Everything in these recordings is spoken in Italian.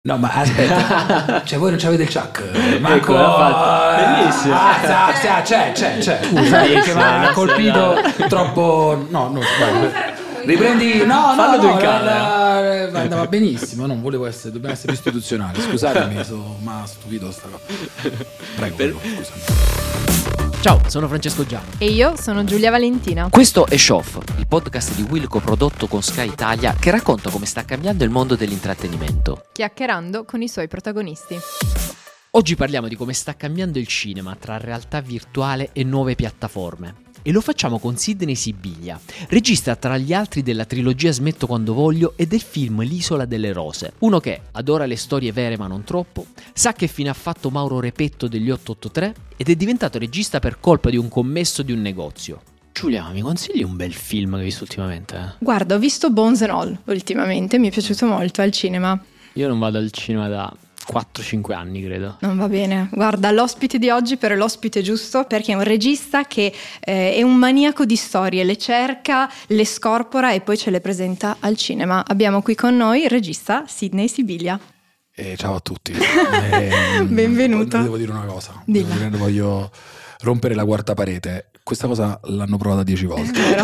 No, ma aspetta, cioè voi non c'avete il chuck? Ecco, bellissimo. C'è. Scusa, che mi ha colpito troppo. No, vai. Riprendi. No, Fallo tu in andava benissimo. Non volevo essere, dobbiamo essere più istituzionali. Scusatemi, ma stupito sta cosa. Prego, scusami. Ciao, sono Francesco Giano. E io sono Giulia Valentina. Questo è Shoff, il podcast di Wilco prodotto con Sky Italia che racconta come sta cambiando il mondo dell'intrattenimento, chiacchierando con i suoi protagonisti. Oggi parliamo di come sta cambiando il cinema tra realtà virtuale e nuove piattaforme. E lo facciamo con Sidney Sibiglia, regista tra gli altri della trilogia Smetto quando voglio e del film L'isola delle rose. Uno che adora le storie vere ma non troppo, sa che fine ha fatto Mauro Repetto degli 883 ed è diventato regista per colpa di un commesso di un negozio. Giulia, mi consigli un bel film che hai visto ultimamente? Guarda, ho visto Bones and All ultimamente, mi è piaciuto molto al cinema. Io non vado al cinema da 4-5 anni, credo. Non va bene. Guarda, l'ospite di oggi però è l'ospite giusto, perché è un regista che è un maniaco di storie, le cerca, le scorpora e poi ce le presenta al cinema. Abbiamo qui con noi il regista Sidney Sibiglia. Ciao a tutti. Benvenuto. Devo dire una cosa. Dilla. Voglio rompere la quarta parete. Questa cosa l'hanno provata 10 volte. Vero.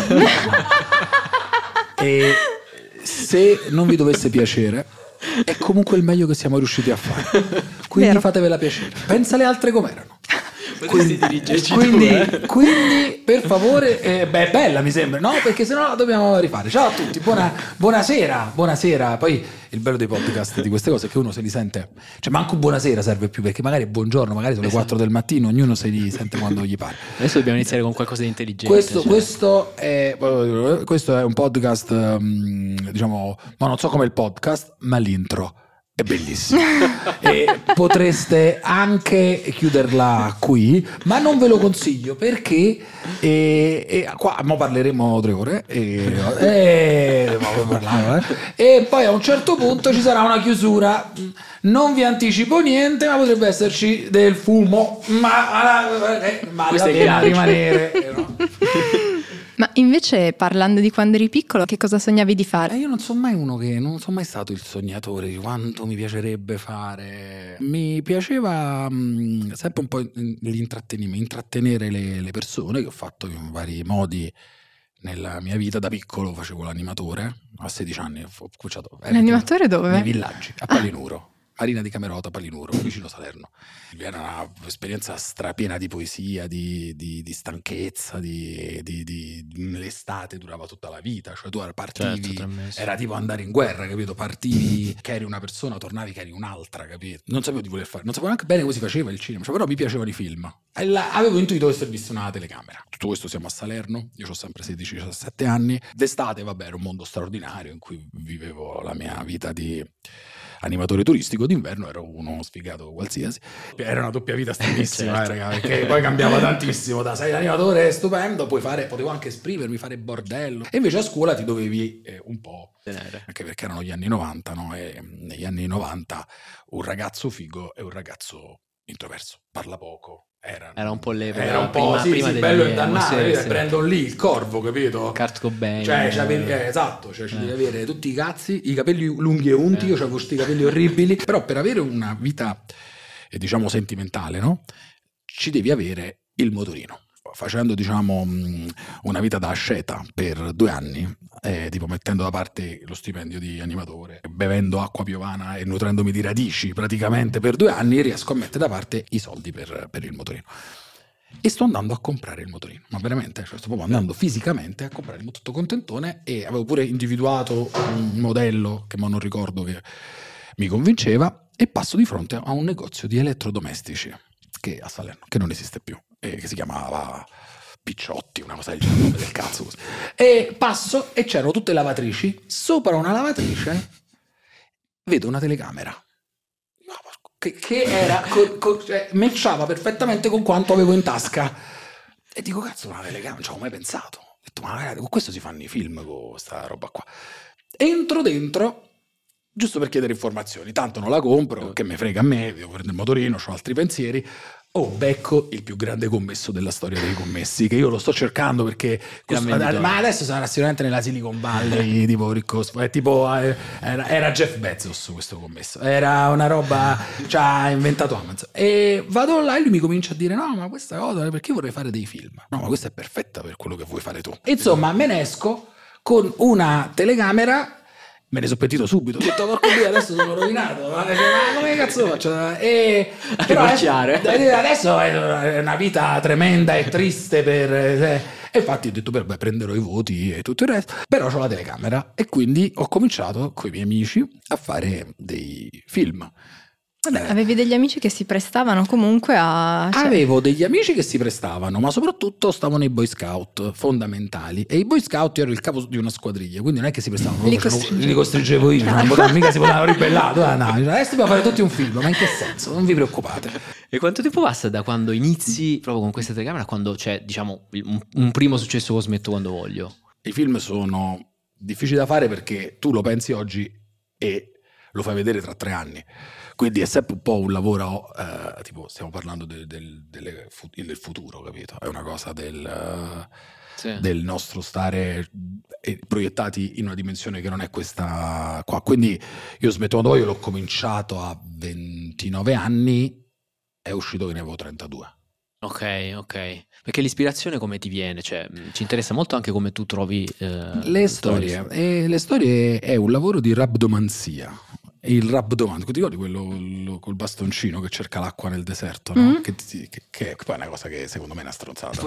E se non vi dovesse piacere, è comunque il meglio che siamo riusciti a fare. Quindi Vero. fatevela piacere. Pensa le altre com'erano. Quindi, quindi per favore, è bella mi sembra, no? Perché sennò la dobbiamo rifare. Ciao a tutti, buonasera. Poi il bello dei podcast di queste cose è che uno se li sente, cioè manco buonasera serve più, perché magari è buongiorno, magari sono le 4 del mattino, ognuno se li sente quando gli pare. Adesso dobbiamo iniziare con qualcosa di intelligente. Questo è un podcast, diciamo, ma non so come il podcast, ma l'intro è bellissimo. E potreste anche chiuderla qui, ma non ve lo consiglio perché qua mo parleremo 3 ore e poi a un certo punto ci sarà una chiusura. Non vi anticipo niente, ma potrebbe esserci del fumo, ma vale la pena rimanere, no? Ma invece, parlando di quando eri piccolo, che cosa sognavi di fare? Io non sono mai stato il sognatore di quanto mi piacerebbe fare. Mi piaceva sempre un po' l'intrattenimento, intrattenere le persone, che ho fatto in vari modi nella mia vita. Da piccolo facevo l'animatore, a 16 anni ho cominciato. L'animatore dove? Nei villaggi, a Palinuro. Marina di Camerota, Palinuro, vicino Salerno. Era un'esperienza strapiena di poesia, di stanchezza, l'estate durava tutta la vita, cioè tu partivi, certo, era tipo andare in guerra, capito? Partivi che eri una persona, tornavi che eri un'altra, capito? Non sapevo di voler fare, non sapevo neanche bene come si faceva il cinema, cioè, però mi piacevano i film. Avevo intuito di essere visto una telecamera. Tutto questo siamo a Salerno, io ho sempre 16-17 anni. D'estate, vabbè, era un mondo straordinario in cui vivevo la mia vita di animatore turistico. D'inverno ero uno sfigato qualsiasi. Era una doppia vita stranissima, certo. Raga, perché poi cambiava tantissimo. Da sei animatore stupendo, potevo anche esprimermi, fare bordello. E invece a scuola ti dovevi un po' tenere, anche perché erano gli anni 90, no? E negli anni 90 un ragazzo figo è un ragazzo introverso, parla poco. Era un po' l'epoca. Era un po' prima bello e dannato. Sì. Brandon Lee, il corvo, capito? Kurt Cobain. Cioè, esatto, cioè ci devi avere tutti i cazzi, i capelli lunghi e unti. Io avevo questi capelli orribili. Però per avere una vita, diciamo, sentimentale, no? Ci devi avere il motorino. Facendo, diciamo, una vita da asceta per 2 anni, tipo mettendo da parte lo stipendio di animatore, bevendo acqua piovana e nutrendomi di radici praticamente per 2 anni, riesco a mettere da parte i soldi per il motorino. E sto andando a comprare il motorino, ma veramente, cioè sto proprio andando fisicamente a comprare il tutto contentone, e avevo pure individuato un modello che non ricordo, che mi convinceva, e passo di fronte a un negozio di elettrodomestici che a Salerno, che non esiste più, che si chiamava Picciotti, una cosa del genere, nome del cazzo così. E passo e c'erano tutte lavatrici. Sopra una lavatrice vedo una telecamera che era cioè, matchava perfettamente con quanto avevo in tasca, e dico cazzo, una telecamera, non ci avevo mai pensato. Ho detto, ma ragazzi, con questo si fanno i film, con questa roba qua. Entro dentro giusto per chiedere informazioni, tanto non la compro, che me frega a me, devo prendere il motorino, ho altri pensieri. becco il più grande commesso della storia dei commessi, che io lo sto cercando perché ma adesso sarà sicuramente nella Silicon Valley tipo ricco, era Jeff Bezos questo commesso, era una roba, ha inventato Amazon, e vado là e lui mi comincia a dire no ma questa cosa perché io vorrei fare dei film, no ma questa è perfetta per quello che vuoi fare tu, e insomma me ne esco con una telecamera. Me ne sono pentito subito, ho detto porco Dio, adesso sono rovinato, ma come cazzo faccio? Però adesso è una vita tremenda e triste e infatti ho detto prenderò i voti e tutto il resto, però ho la telecamera e quindi ho cominciato con i miei amici a fare dei film. Vabbè, avevi degli amici che si prestavano comunque Avevo degli amici che si prestavano, ma soprattutto stavo nei Boy Scout fondamentali, e i Boy Scout io ero il capo di una squadriglia, quindi non è che si prestavano, li costringevo io, mica si potevano ribellare, adesso dobbiamo fare tutti un film, ma in che senso? Non vi preoccupate. E quanto tempo passa da quando inizi proprio con questa telecamera a quando c'è, diciamo, un primo successo con Smetto quando voglio? I film sono difficili da fare perché tu lo pensi oggi e lo fai vedere tra 3 anni. Quindi è sempre un po' un lavoro, tipo stiamo parlando del futuro, capito? È una cosa del nostro stare proiettati in una dimensione che non è questa qua. Quindi io Smetto quando voglio l'ho cominciato a 29 anni, è uscito che ne avevo 32. Ok. Perché l'ispirazione come ti viene? Cioè, ci interessa molto anche come tu trovi le storie. E le storie è un lavoro di rabdomanzia. Il rabdoman, ti ricordi quello col bastoncino che cerca l'acqua nel deserto, no? Che poi è una cosa che secondo me è una stronzata,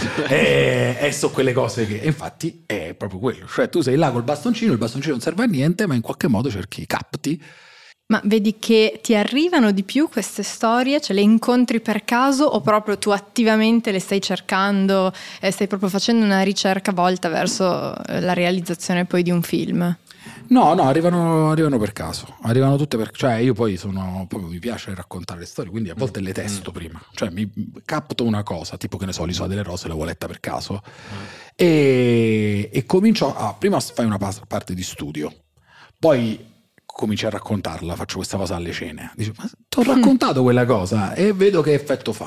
e so quelle cose che infatti è proprio quello, cioè tu sei là col bastoncino, il bastoncino non serve a niente, ma in qualche modo capti. Ma vedi che ti arrivano di più queste storie, ce le incontri per caso o proprio tu attivamente le stai cercando e stai proprio facendo una ricerca volta verso la realizzazione poi di un film? No, arrivano per caso, arrivano tutte cioè io poi proprio mi piace raccontare le storie, quindi a volte le testo prima, cioè mi capto una cosa, tipo che ne so, l'Isola delle Rose l'avevo letta per caso e comincio prima fai una parte di studio, poi cominci a raccontarla, faccio questa cosa alle cene, dici ma ti ho raccontato quella cosa e vedo che effetto fa.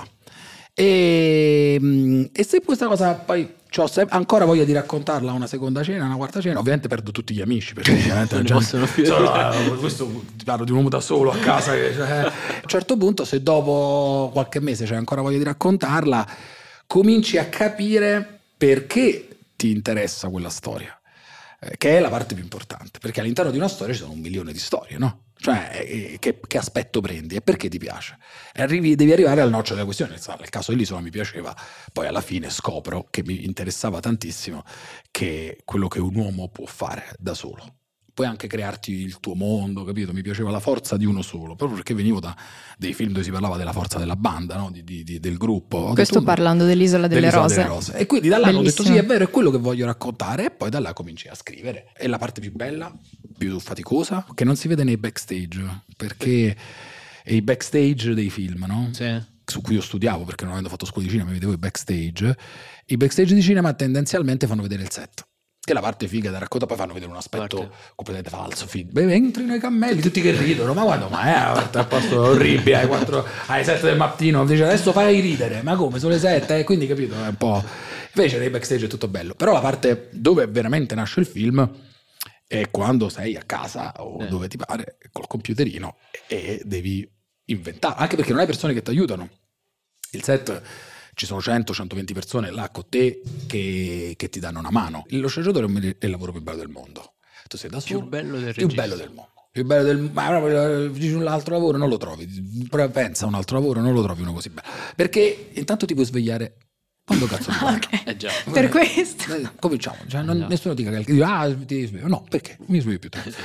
E se questa cosa poi c'ho ancora voglia di raccontarla a una seconda cena, una quarta cena, ovviamente perdo tutti gli amici perché ovviamente non possono più. Questo ti parlo di un uomo da solo a casa a un certo punto, se dopo qualche mese c'è ancora voglia di raccontarla, cominci a capire perché ti interessa quella storia, che è la parte più importante, perché all'interno di una storia ci sono 1 milione di storie, no? Cioè che aspetto prendi e perché ti piace, devi arrivare al nocciolo della questione. Nel caso dell'Isola mi piaceva, poi alla fine scopro che mi interessava tantissimo che quello che un uomo può fare da solo, puoi anche crearti il tuo mondo, capito? Mi piaceva la forza di uno solo, proprio perché venivo da dei film dove si parlava della forza della banda, no? Del gruppo. Questo parlando dell'Isola delle Rose. E quindi da là ho detto sì, è vero, è quello che voglio raccontare, e poi da là cominci a scrivere. È la parte più bella, più faticosa, che non si vede nei backstage, perché è i backstage dei film, no? Sì. Su cui io studiavo, perché non avendo fatto scuola di cinema mi vedevo i backstage di cinema tendenzialmente fanno vedere il set, che è la parte figa da raccontare, poi fanno vedere un aspetto completamente falso. Entri nei cammelli, tutti che ridono, ma guarda, ma è posto orribile, alle 7 del mattino, dice adesso fai ridere, ma come, sono le 7, quindi capito, è un po'. Invece nei backstage è tutto bello, però la parte dove veramente nasce il film è quando sei a casa o dove ti pare, col computerino, e devi inventare, anche perché non hai persone che ti aiutano. Il set, ci sono 100-120 persone là con te che ti danno una mano. Lo sceneggiatore è il lavoro più bello del mondo. Tu sei da solo, più bello del mondo. Più bello del ma proprio dici un altro lavoro non lo trovi. Pensa a un altro lavoro, non lo trovi uno così bello. Perché intanto ti puoi svegliare quando cazzo ti pare. Okay. Già. Per questo cominciamo, cioè nessuno dica che ti sveglio. No, perché mi sveglio più tardi.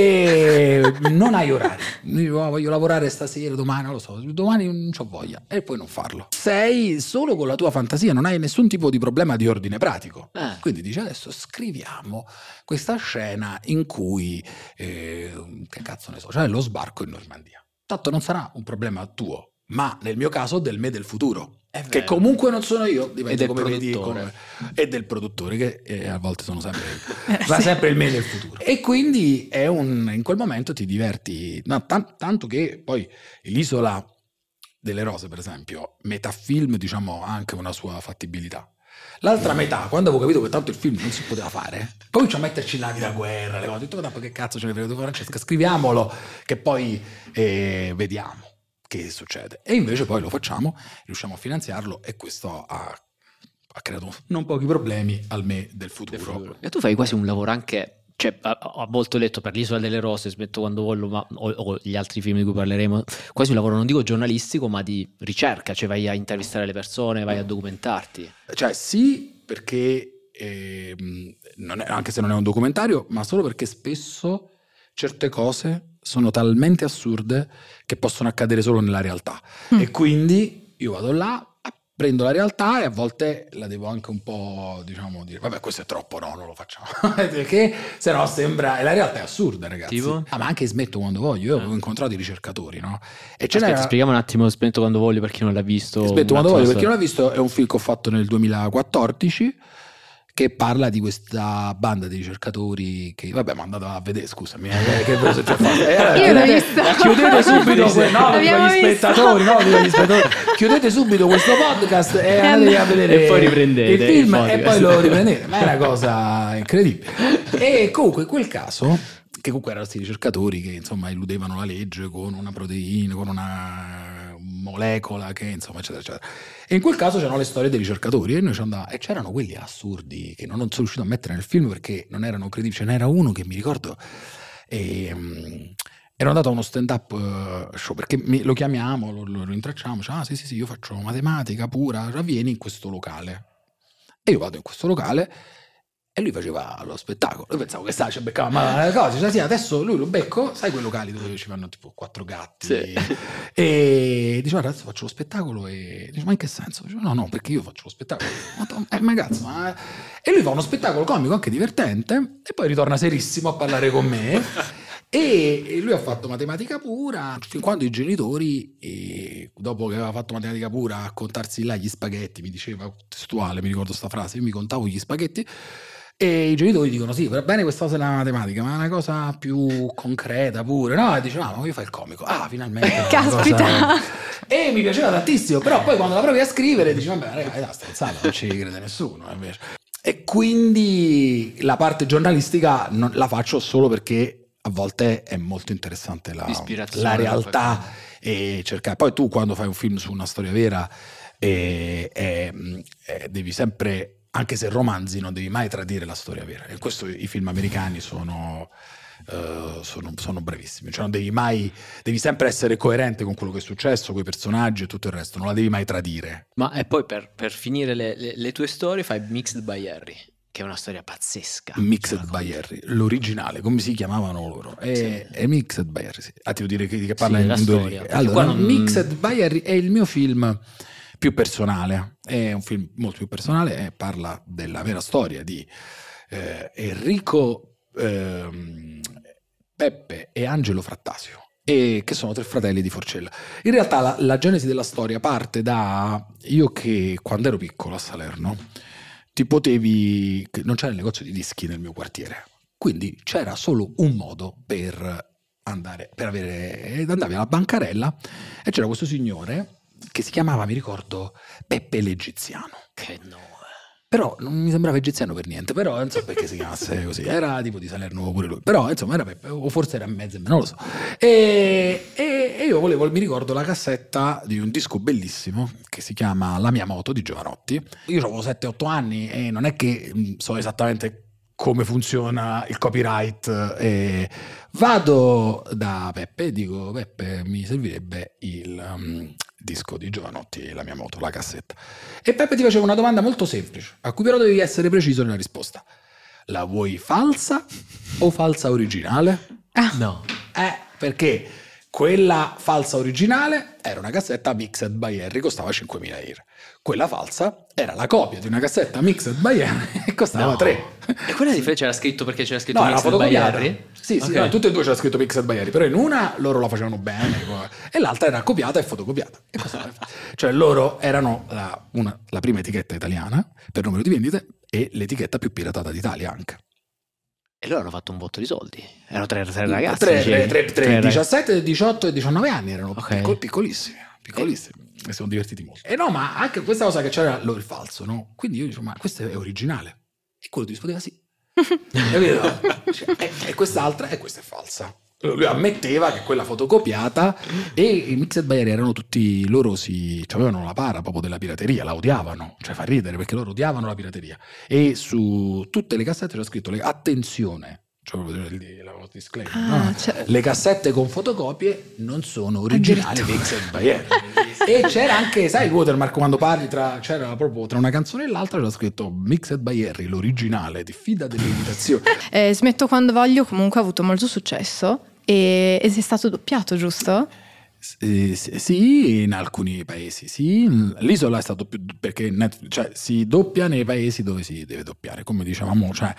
E non hai orari. Voglio lavorare stasera, domani, non lo so, domani non c'ho voglia, e poi non farlo. Sei solo con la tua fantasia, non hai nessun tipo di problema di ordine pratico. Quindi dici adesso scriviamo questa scena in cui che cazzo ne so, cioè lo sbarco in Normandia. Tanto non sarà un problema tuo, ma nel mio caso del me del futuro, che comunque non sono io, dipende come vedi, e del produttore, che a volte sono sempre va sempre il me del futuro, e quindi in quel momento ti diverti tanto che poi l'Isola delle Rose, per esempio, metà film, diciamo, ha anche una sua fattibilità. L'altra metà, quando avevo capito che tanto il film non si poteva fare, comincio a metterci là da guerra, le cose. Ho detto, ma che cazzo ce ne frega, Francesca, scriviamolo, che poi vediamo che succede. E invece poi lo facciamo, riusciamo a finanziarlo, e questo ha creato non pochi problemi al me del futuro. E tu fai quasi un lavoro anche, cioè, a volte ho letto per l'Isola delle Rose, Smetto quando voglio, ma o gli altri film di cui parleremo, quasi un lavoro non dico giornalistico, ma di ricerca, cioè vai a intervistare le persone, vai a documentarti. Cioè sì, perché anche se non è un documentario, ma solo perché spesso certe cose sono talmente assurde che possono accadere solo nella realtà. E quindi io vado là, prendo la realtà, e a volte la devo anche un po', diciamo, dire vabbè, questo è troppo, no, non lo facciamo, perché se no sembra, e la realtà è assurda, ragazzi. Tipo? Ma anche Smetto quando voglio, io ho incontrato i ricercatori, no? E Aspetta, spieghiamo un attimo Smetto quando voglio, per chi non l'ha visto. Smetto quando voglio, per chi non l'ha visto, è un film che ho fatto nel 2014, che parla di questa banda di ricercatori che, vabbè, ma andate a vedere, scusami, che cosa c'è fatto? Io l'ho visto. Chiudete subito, gli spettatori, chiudete subito questo podcast e andate a vedere e poi riprendete il film e poi lo riprendete, ma è una cosa incredibile. E comunque in quel caso, che comunque erano questi ricercatori che insomma eludevano la legge con una proteina, con una molecola che insomma eccetera eccetera, e in quel caso c'erano le storie dei ricercatori e noi ci andavamo, e c'erano quelli assurdi che non sono riuscito a mettere nel film perché non erano credibili. Ce n'era uno che mi ricordo, ero andato a uno stand up show, perché lo chiamiamo, lo rintracciamo, cioè, sì, io faccio matematica pura, vieni in questo locale, e io vado in questo locale e lui faceva lo spettacolo. Io pensavo che ci beccava ma cose, cioè, sì, adesso lui lo becco, sai quei locali dove ci vanno tipo 4 gatti, sì. E diceva adesso faccio lo spettacolo, e dice ma in che senso? Dice, no, perché io faccio lo spettacolo. Ma cazzo, e lui fa uno spettacolo comico anche divertente e poi ritorna serissimo a parlare con me. E lui ha fatto matematica pura fin quando i genitori, dopo che aveva fatto matematica pura, a contarsi là gli spaghetti, mi diceva testuale, mi ricordo sta frase, io mi contavo gli spaghetti. E i genitori dicono sì, va bene questa cosa della matematica, ma è una cosa più concreta pure, no? E dice ma io fai il comico, finalmente caspita. E mi piaceva tantissimo, però poi quando la provi a scrivere dici vabbè ragazzi, la stronzata, non ci crede nessuno invece. E quindi la parte giornalistica la faccio solo perché a volte è molto interessante la realtà e cercare. Poi tu quando fai un film su una storia vera devi sempre, anche se romanzi, non devi mai tradire la storia vera, e questo i film americani sono bravissimi, cioè non devi sempre essere coerente con quello che è successo, con i personaggi e tutto il resto, non la devi mai tradire. Ma e poi per finire le tue storie fai Mixed by Harry, che è una storia pazzesca. Mixed by Harry, l'originale, come si chiamavano loro? È Mixed by Harry, sì. Ti devo dire che parla in storia. Allora, Mixed by Harry è il mio film più personale, è un film molto più personale, e parla della vera storia di Enrico, Peppe e Angelo Frattasio, che sono 3 fratelli di Forcella. In realtà la genesi della storia parte da io che quando ero piccolo a Salerno non c'era il negozio di dischi nel mio quartiere, quindi c'era solo un modo per andavi alla bancarella e c'era questo signore che si chiamava, mi ricordo, Peppe l'Egiziano. Che no. Però non mi sembrava egiziano per niente, però non so perché si chiamasse così, era tipo di Salerno pure lui, però insomma era Peppe, o forse era mezzo, non lo so. E io mi ricordo la cassetta di un disco bellissimo che si chiama La mia moto di Giovanotti. Io avevo 7-8 anni e non è che so esattamente come funziona il copyright, vado da Peppe e dico Peppe mi servirebbe il disco di Giovanotti, La mia moto, la cassetta, e Peppe ti faceva una domanda molto semplice a cui però devi essere preciso nella risposta: la vuoi falsa o falsa originale? No, perché quella falsa originale era una cassetta Mixed by Harry, costava 5.000 euro. Quella falsa era la copia di una cassetta Mixed by Harry e costava 3. E quella differenza c'era scritto perché c'era scritto no, Mixed by Harry? Sì, okay. No, tutte e due c'era scritto Mixed by Harry, però in una loro la facevano bene e l'altra era copiata e fotocopiata. E cioè loro erano la prima etichetta italiana per numero di vendite e l'etichetta più piratata d'Italia anche. E loro hanno fatto un botto di soldi. Erano 3 ragazzi. 17, 18 e 19 anni erano piccolissimi. piccolissimi, e siamo divertiti molto. E no, ma anche questa cosa che c'era il falso, no? Quindi io dicevo, ma questo è originale. E quello ti rispondeva sì. Capito? E quest'altra, e questa è falsa. Lui ammetteva che quella fotocopiata, e i Mixed by Air erano tutti, loro avevano la para proprio della pirateria, la odiavano, cioè fa ridere perché loro odiavano la pirateria, e su tutte le cassette c'era scritto attenzione, cioè la disclaimer, no? Le cassette con fotocopie non sono originali Mixed by Air. E c'era anche, sai, il watermark quando parli c'era proprio tra una canzone e l'altra c'era scritto Mixed by Harry, l'originale, diffida delle imitazioni. Smetto quando voglio comunque ha avuto molto successo e sei stato doppiato, giusto? Sì, in alcuni paesi sì, l'isola è stato più, perché cioè, si doppia nei paesi dove si deve doppiare, come dicevamo, cioè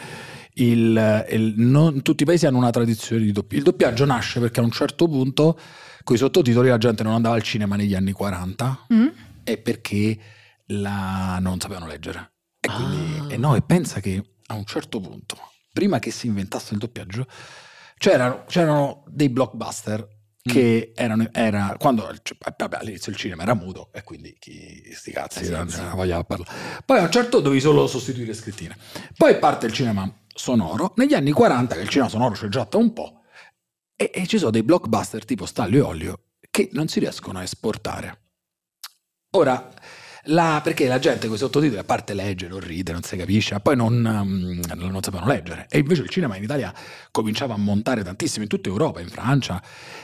non tutti i paesi hanno una tradizione di doppiaggio. Il doppiaggio nasce perché a un certo punto con i sottotitoli la gente non andava al cinema negli anni 40 e perché non sapevano leggere, e quindi e pensa che a un certo punto, prima che si inventasse il doppiaggio, c'erano dei blockbuster che era quando all'inizio il cinema era muto, e quindi sti cazzi vogliamo parlare. Poi a un certo dovevi solo sostituire scrittine, poi parte il cinema sonoro negli anni 40, che il cinema sonoro c'è già da un po', e ci sono dei blockbuster tipo Staglio e Olio che non si riescono a esportare. Ora, perché la gente con i sottotitoli, a parte legge, non ride, non si capisce, ma poi non sapevano leggere. E invece il cinema in Italia cominciava a montare tantissimo, in tutta Europa, in Francia.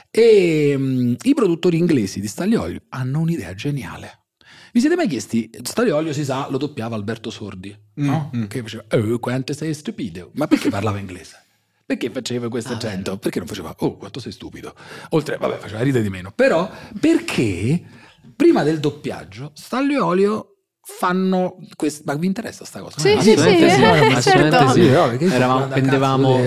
E i produttori inglesi di Staglio e Olio hanno un'idea geniale. Vi siete mai chiesti, Staglio e Olio si sa, lo doppiava Alberto Sordi, no? Che faceva, quanto sei stupido. Ma perché parlava inglese? Perché faceva questo accento? Perché non faceva, quanto sei stupido? Oltre, faceva ridere di meno. Però, perché prima del doppiaggio, Staglio e Olio fanno questo. Ma vi interessa sta cosa? Sì, certo. Pendevamo.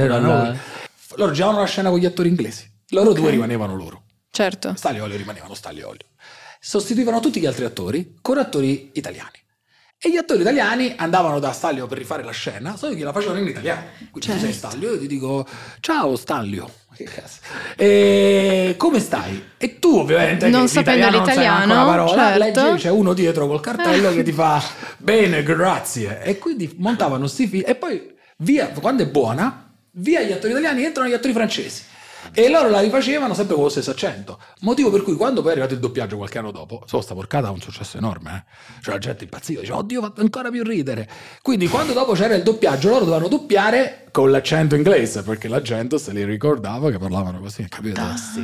Loro giravano la scena con gli attori inglesi. Loro due rimanevano loro. Certo. Staglio e Olio rimanevano Staglio e Olio. Sostituivano tutti gli altri attori con attori italiani. E gli attori italiani andavano da Staglio per rifare la scena, solo che la facevano in italiano. Quindi tu sei Staglio, io ti dico ciao Staglio, che cazzo, e come stai? E tu ovviamente non sapendo l'italiano, non sai una parola, certo. leggi, c'è uno dietro col cartello che ti fa bene, grazie, e quindi montavano sti film, e poi via, quando è buona, via gli attori italiani, entrano gli attori francesi. E loro la rifacevano sempre con lo stesso accento, motivo per cui quando poi è arrivato il doppiaggio qualche anno dopo, sta porcata ha un successo enorme, cioè la gente impazziva, diceva oddio, fa ancora più ridere. Quindi quando dopo c'era il doppiaggio loro dovevano doppiare con l'accento inglese, perché la gente se li ricordava che parlavano così, capito?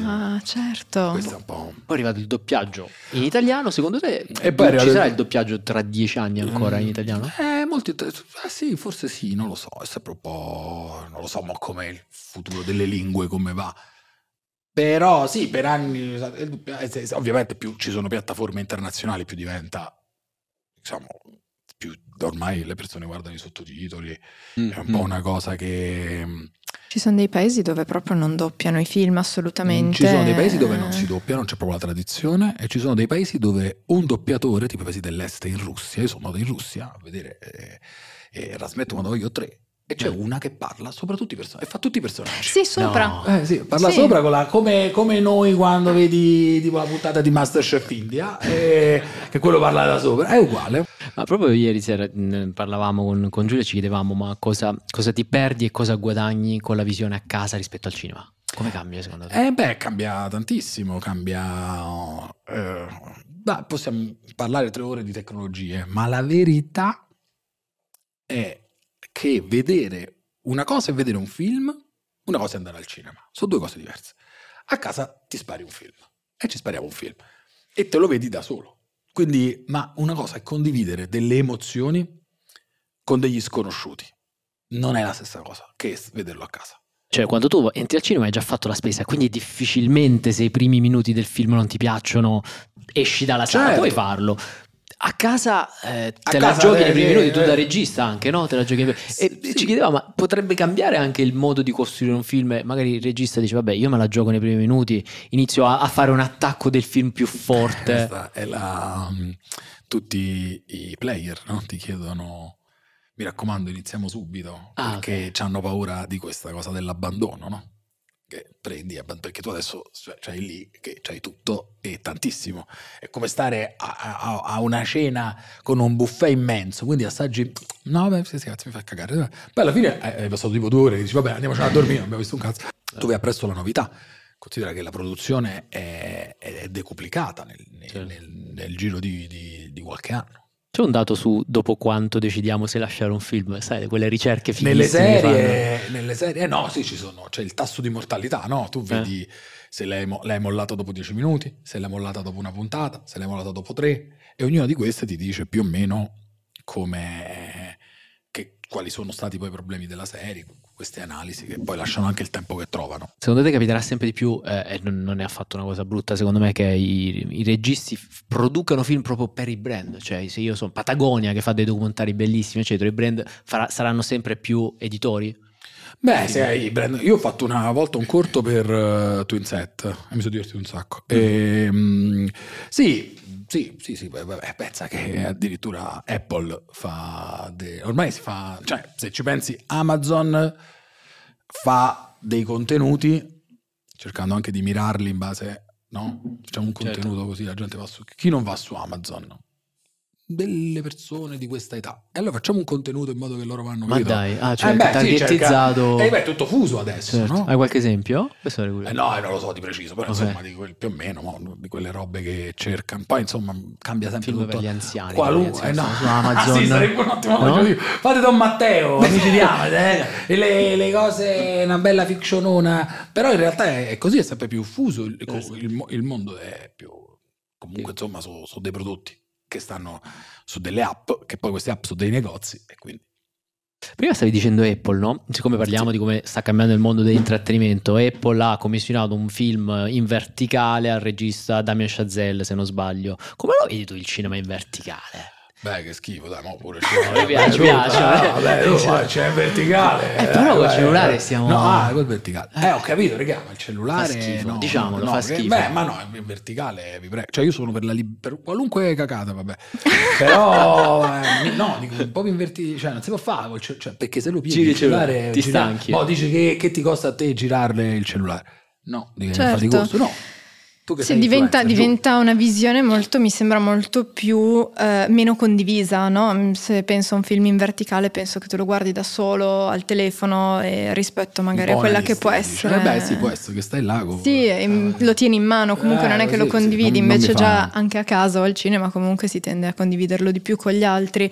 Certo. Questo è un po'. Poi è arrivato il doppiaggio in italiano, secondo te? E poi ci sarà il doppiaggio tra 10 anni ancora in italiano? Sì, forse sì, non lo so, è sempre un po', non lo so, ma com'è il futuro delle lingue, come va. Però sì, per anni ovviamente più ci sono piattaforme internazionali, più diventa, diciamo, più ormai le persone guardano i sottotitoli, è un po' una cosa che. Ci sono dei paesi dove proprio non doppiano i film assolutamente. Ci sono dei paesi dove non si doppia, non c'è proprio la tradizione, e ci sono dei paesi dove un doppiatore, tipo i paesi dell'est, in Russia, io sono andato in Russia a vedere Rasmetto quando voglio 3, e c'è una che parla sopra tutti i personaggi, e fa tutti i personaggi. Sì, sopra. No. Sì, parla sopra come noi quando vedi tipo la puntata di Masterchef India, che quello parla da sopra, è uguale. Ma proprio ieri sera parlavamo con Giulia, ci chiedevamo ma cosa ti perdi e cosa guadagni con la visione a casa rispetto al cinema? Come cambia secondo te? Cambia tantissimo, possiamo parlare 3 ore di tecnologie, ma la verità è che una cosa è vedere un film, una cosa è andare al cinema, sono 2 cose diverse. A casa ti spari un film, e ci spariamo un film, e te lo vedi da solo. Quindi, ma una cosa è condividere delle emozioni con degli sconosciuti, non è la stessa cosa che vederlo a casa. Cioè, quando tu entri al cinema hai già fatto la spesa, quindi difficilmente se i primi minuti del film non ti piacciono esci dalla sala, puoi farlo. A casa la giochi nei primi minuti, tu da regista anche, no? Te la giochi. Sì. Ci chiedeva, ma potrebbe cambiare anche il modo di costruire un film? Magari il regista dice, vabbè, io me la gioco nei primi minuti, inizio a fare un attacco del film più forte. Questa è tutti i player, no? Ti chiedono, mi raccomando, iniziamo subito, perché hanno paura di questa cosa dell'abbandono, no? Che prendi, perché tu adesso c'hai lì che c'hai tutto e tantissimo, è come stare a una cena con un buffet immenso, quindi assaggi, no beh sì, cazzo mi fa cagare, poi alla fine è passato tipo 2 ore e dici vabbè andiamocene a dormire, non abbiamo visto un cazzo, tu vai appresso la novità. Considera che la produzione è decuplicata nel giro di qualche anno. C'è un dato su dopo quanto decidiamo se lasciare un film, sai, quelle ricerche Nelle fighissime serie, no, sì, ci sono, c'è il tasso di mortalità, no? Tu vedi se l'hai mollata dopo 10 minuti, se l'hai mollata dopo una puntata, se l'hai mollata dopo 3, e ognuna di queste ti dice più o meno quali sono stati poi i problemi della serie, queste analisi che poi lasciano anche il tempo che trovano. Secondo te capiterà sempre di più, e non è affatto una cosa brutta secondo me, che i registi producano film proprio per i brand? Cioè se io sono Patagonia che fa dei documentari bellissimi eccetera, i brand saranno sempre più editori? Beh, se hai brand... Io ho fatto una volta un corto per Twinset e mi sono divertito un sacco. Sì, vabbè, pensa che addirittura Apple ormai si fa, cioè se ci pensi Amazon fa dei contenuti cercando anche di mirarli in base, no? Facciamo un contenuto così la gente va su, chi non va su Amazon? Delle persone di questa età, e allora facciamo un contenuto in modo che loro vanno. Ma dai, cioè targetizzato. È tutto fuso adesso, certo. No? Hai qualche esempio? No, non lo so di preciso, però insomma più o meno di quelle robe che cercano. Poi insomma cambia sempre film tutto. Per gli anziani, Qualunque, su Amazon. Sì, sarebbe un ottimo, no? Fate Don Matteo, amici di Amazon, le cose, una bella fictionona, però in realtà è così, è sempre più fuso, il mondo è più, comunque insomma sono dei prodotti che stanno su delle app, che poi queste app sono dei negozi, e quindi... Prima stavi dicendo Apple, no? Siccome parliamo di come sta cambiando il mondo dell'intrattenimento, Apple ha commissionato un film in verticale al regista Damien Chazelle, se non sbaglio. Come lo vedi tu il cinema in verticale? Beh, che schifo, dai, mo pure mi piace. Vabbè, c'è in verticale. Però col cellulare stiamo... No, col verticale. Ho capito, raga, ma il cellulare... Fa schifo, no, diciamolo, fa schifo. Beh, ma no, in verticale, vi prego. Cioè, io sono per qualunque cacata, vabbè. Però, no, dico, un po' in verticale, cioè, non si può fare, cioè, perché se lo pieghi il cellulare... Ti stanchi. Mo dici che ti costa a te girarle il cellulare? No, diventa faticoso, no. Sì, diventa una visione mi sembra molto più meno condivisa, no? Se penso a un film in verticale penso che te lo guardi da solo al telefono rispetto magari a quella che può essere. Beh sì, può essere che stai là lo tieni in mano, comunque non è che lo condividi, invece già anche a casa o al cinema comunque si tende a condividerlo di più con gli altri.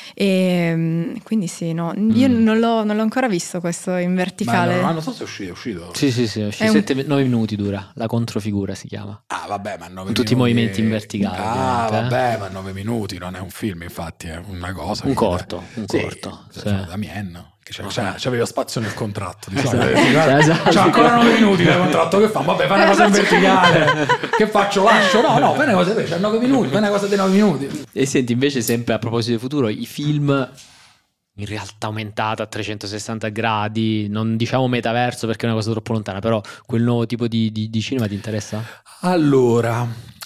E quindi sì, no, io non l'ho ancora visto questo in verticale. Ma non so se è uscito. Sì, è uscito. 9 minuti dura, la controfigura si chiama. Ah vabbè, ma 9 minuti. Tutti i movimenti in verticale. Vabbè, ma 9 minuti non è un film, infatti è una cosa. Un corto. Damien, che c'aveva spazio nel contratto. Esatto. C'ha ancora 9 minuti nel contratto, che fa? Vabbè, fai una cosa in verticale. Che faccio? Lascio? No, fai una cosa, c'ha 9 minuti, fai una cosa dei 9 minuti. E senti, invece sempre a proposito del futuro, i film in realtà aumentata a 360 gradi, non diciamo metaverso perché è una cosa troppo lontana, però quel nuovo tipo di cinema ti interessa? Allora,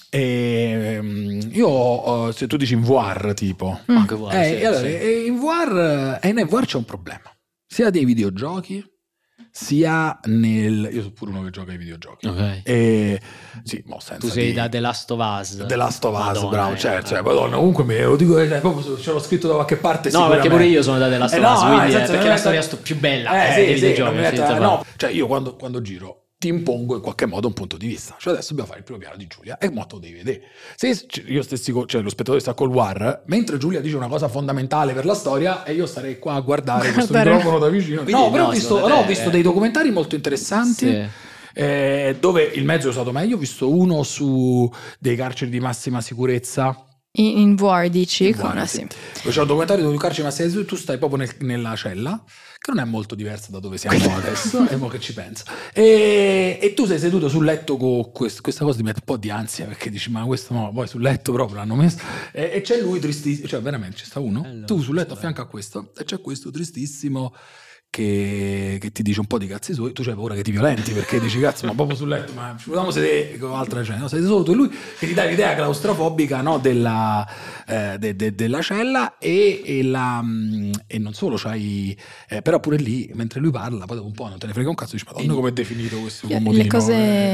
io se tu dici in VR tipo anche VR, in VR c'è un problema sia dei videogiochi sia io sono pure uno che gioca ai videogiochi, sì, tu sei da The Last of Us, Madonna, bravo, certo, Madonna, comunque me lo dico, proprio ce l'ho scritto da qualche parte, no, perché pure io sono da The Last of Us, quindi perché è la storia più bella dei videogiochi, no, cioè io quando giro ti impongo in qualche modo un punto di vista, cioè adesso dobbiamo fare il primo piano di Giulia e mo tu devi vedere, se io stessi, cioè lo spettatore sta col war mentre Giulia dice una cosa fondamentale per la storia e io starei qua a guardare questo microfono da vicino. No, però ho visto dei documentari molto interessanti, dove il mezzo è usato meglio. Ho visto uno su dei carceri di massima sicurezza in VR, dici? Sì. C'è un documentario dove carceri di massima sicurezza, tu stai proprio nella cella, che non è molto diversa da dove siamo adesso, e mo che ci penso, e tu sei seduto sul letto con questa cosa ti mette un po' di ansia, perché dici ma questo no, poi sul letto proprio l'hanno messo, e c'è lui tristissimo, cioè veramente c'è sta uno, tu sul letto a fianco a questo, e c'è questo tristissimo che ti dice un po' di cazzi suoi, tu c'hai paura che ti violenti perché dici cazzo, ma proprio sul letto, ma ci vogliamo sedere con altra gente, no? Siete solo tu e lui, che ti dà l'idea claustrofobica, no, della cella e non solo c'hai, però pure lì mentre lui parla poi dopo un po' non te ne frega un cazzo, dici madonna come è definito questo comodino, le cose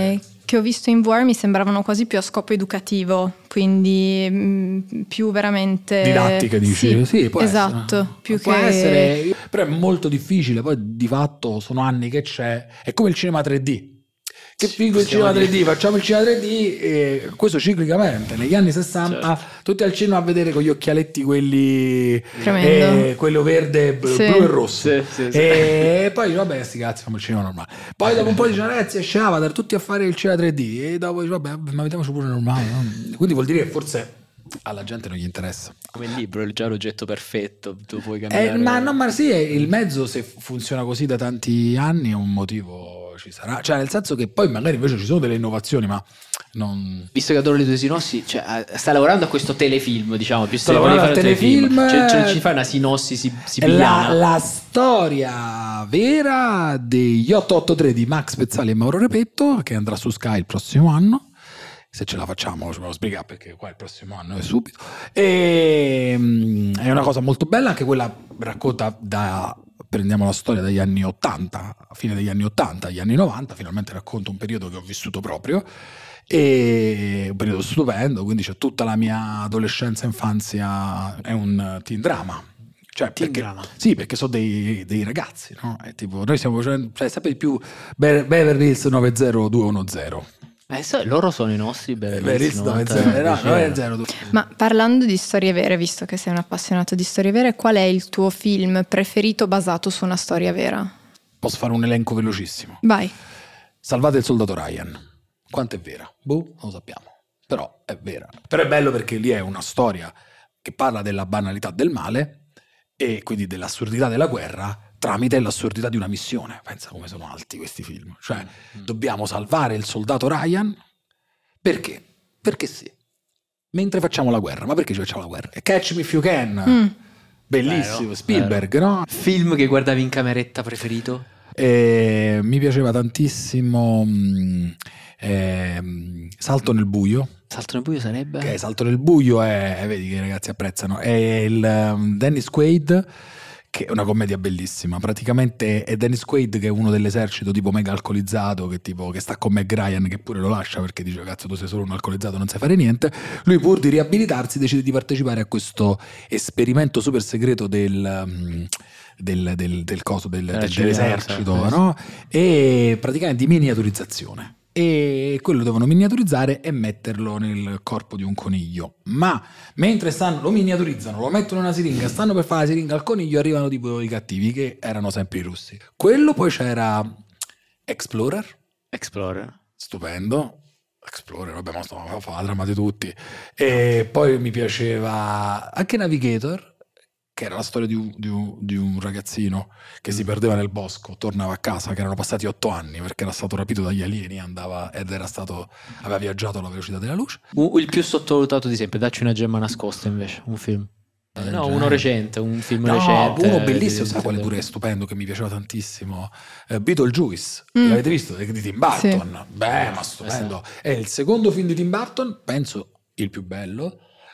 che ho visto in VR mi sembravano quasi più a scopo educativo, quindi più veramente didattica, dici? Sì, può esatto, essere. più Può che essere, però è molto difficile, poi di fatto sono anni che c'è, è come il cinema 3D. Che figo il cinema 3D, facciamo il cinema 3D e questo ciclicamente. Negli anni 60 tutti al cinema a vedere con gli occhialetti quelli quello verde, blu e rosso. E poi vabbè, sti cazzi, facciamo il cinema normale. Poi dopo un po' dice ragazzi, esce Avatar, tutti a fare il cinema 3D e dopo dice vabbè, ma vediamoci pure normale, no? Quindi vuol dire che forse alla gente non gli interessa. Come il libro, è già l'oggetto perfetto, tu puoi cambiare. Ma sì, il mezzo, se funziona così da tanti anni, è un motivo ci sarà, cioè nel senso che poi magari invece ci sono delle innovazioni, ma non... Visto che adoro le tue sinossi, cioè, sta lavorando a questo telefilm, diciamo, più sto lavorando al telefilm, ci fai una sinossi sibillana. La storia vera degli 883 di Max Pezzali e Mauro Repetto, che andrà su Sky il prossimo anno. Se ce la facciamo, ce lo spiegare perché qua il prossimo anno è subito. E è una cosa molto bella, anche quella racconta prendiamo la storia dagli anni 80, fine degli anni 80, agli anni 90, finalmente racconto un periodo che ho vissuto proprio, e un periodo stupendo, quindi c'è tutta la mia adolescenza, infanzia, è un teen drama. Cioè, sì, perché sono dei ragazzi, no? È tipo, noi siamo sempre di più Beverly Hills 90210. Loro sono i nostri Ma parlando di storie vere, visto che sei un appassionato di storie vere, qual è il tuo film preferito basato su una storia vera? Posso fare un elenco velocissimo? Vai. Salvate il soldato Ryan. Quanto è vera? Non lo sappiamo, però è vera. Però è bello perché lì è una storia che parla della banalità del male e quindi dell'assurdità della guerra tramite l'assurdità di una missione. Pensa come sono alti questi film. Cioè, dobbiamo salvare il soldato Ryan perché? Perché sì. Mentre facciamo la guerra. Ma perché ci facciamo la guerra? Catch Me If You Can. Bellissimo. Vero, Spielberg, vero. No? Film che guardavi in cameretta preferito? Mi piaceva tantissimo Salto nel buio. Salto nel buio sarebbe? Salto nel buio è, vedi che i ragazzi apprezzano, è il Dennis Quaid, che è una commedia bellissima. Praticamente è Dennis Quaid che è uno dell'esercito tipo mega alcolizzato, che sta con Meg Ryan, che pure lo lascia perché dice cazzo tu sei solo un alcolizzato, non sai fare niente. Lui pur di riabilitarsi decide di partecipare a questo esperimento super segreto dell'esercito, no? E praticamente di miniaturizzazione. E quello devono miniaturizzare e metterlo nel corpo di un coniglio, ma mentre lo miniaturizzano, lo mettono in una siringa, stanno per fare la siringa al coniglio, arrivano tipo i cattivi che erano sempre i russi. Quello poi c'era Explorer, stupendo Explorer, vabbè, ma stiamo a drammati tutti. E poi mi piaceva anche Navigator, che era la storia di un ragazzino che si perdeva nel bosco, tornava a casa, che erano passati 8 anni perché era stato rapito dagli alieni, aveva viaggiato alla velocità della luce. Il più sottovalutato di sempre, dacci una gemma nascosta invece, un film. No, uno recente, un film recente. Uno bellissimo, sai quale pure è stupendo, che mi piaceva tantissimo? Beetlejuice, l'avete visto? Di Tim Burton. Sì. Beh, ma stupendo. È il secondo film di Tim Burton, penso il più bello,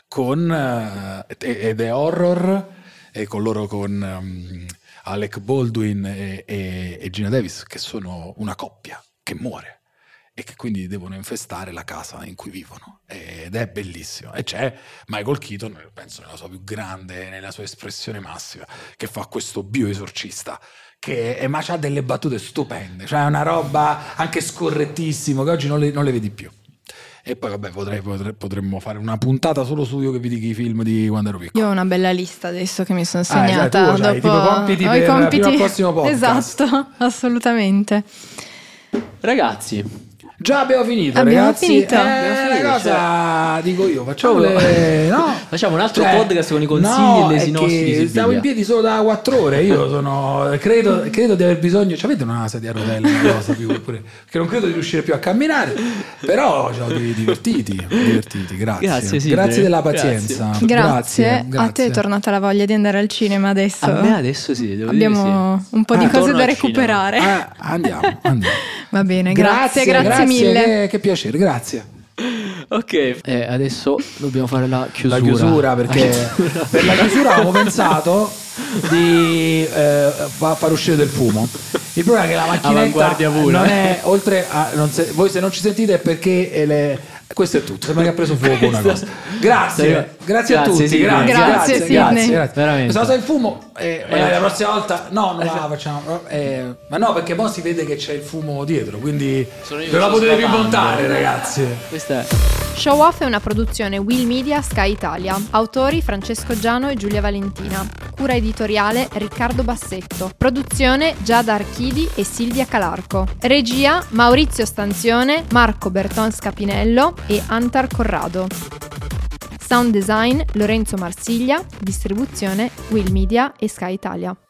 ed è horror, e con Alec Baldwin e Gina Davis, che sono una coppia che muore e che quindi devono infestare la casa in cui vivono, ed è bellissimo. E c'è Michael Keaton, penso nella sua più grande, nella sua espressione massima, che fa questo bioesorcista ma c'ha delle battute stupende, cioè una roba anche scorrettissimo che oggi non le vedi più. E poi vabbè, potremmo fare una puntata solo su io che vi dico i film di quando ero piccolo. Io ho una bella lista adesso che mi sono segnata. Tu dopo tipo compiti per il prossimo podcast. Esatto, assolutamente. Ragazzi, già abbiamo finito, abbiamo ragazzi. Finito. Cosa dico io? Facciamo un altro podcast con i consigli e le sinossi di Sibiglia. Stiamo in piedi solo da 4 ore. Io credo di aver bisogno. Avete una sedia a rotelle, una cosa più, pure, che non credo di riuscire più a camminare. Però ci ho divertiti. Grazie. Grazie della pazienza. Grazie. A te è tornata la voglia di andare al cinema adesso? A me adesso sì. Abbiamo un po' di cose da recuperare. Andiamo. Va bene, grazie mille. Che piacere, grazie. Ok, adesso dobbiamo fare la chiusura. La chiusura, perché per la chiusura avevamo pensato di far uscire del fumo. Il problema è che la macchinetta non è, oltre a voi se non ci sentite è perché questo è tutto, sembra che ha preso fuoco una cosa. Grazie a tutti, sì, grazie. Veramente. Questa cosa del fumo magari la prossima volta non la facciamo, ma no, perché poi si vede che c'è il fumo dietro, quindi non la potete più montare, ragazzi. Questa è Show Off è una produzione Will Media Sky Italia. Autori Francesco Giano e Giulia Valentina. Cura editoriale Riccardo Bassetto. Produzione Giada Archidi e Silvia Calarco. Regia Maurizio Stanzione, Marco Berton Scapinello e Antar Corrado. Sound design Lorenzo Marsiglia. Distribuzione Will Media e Sky Italia.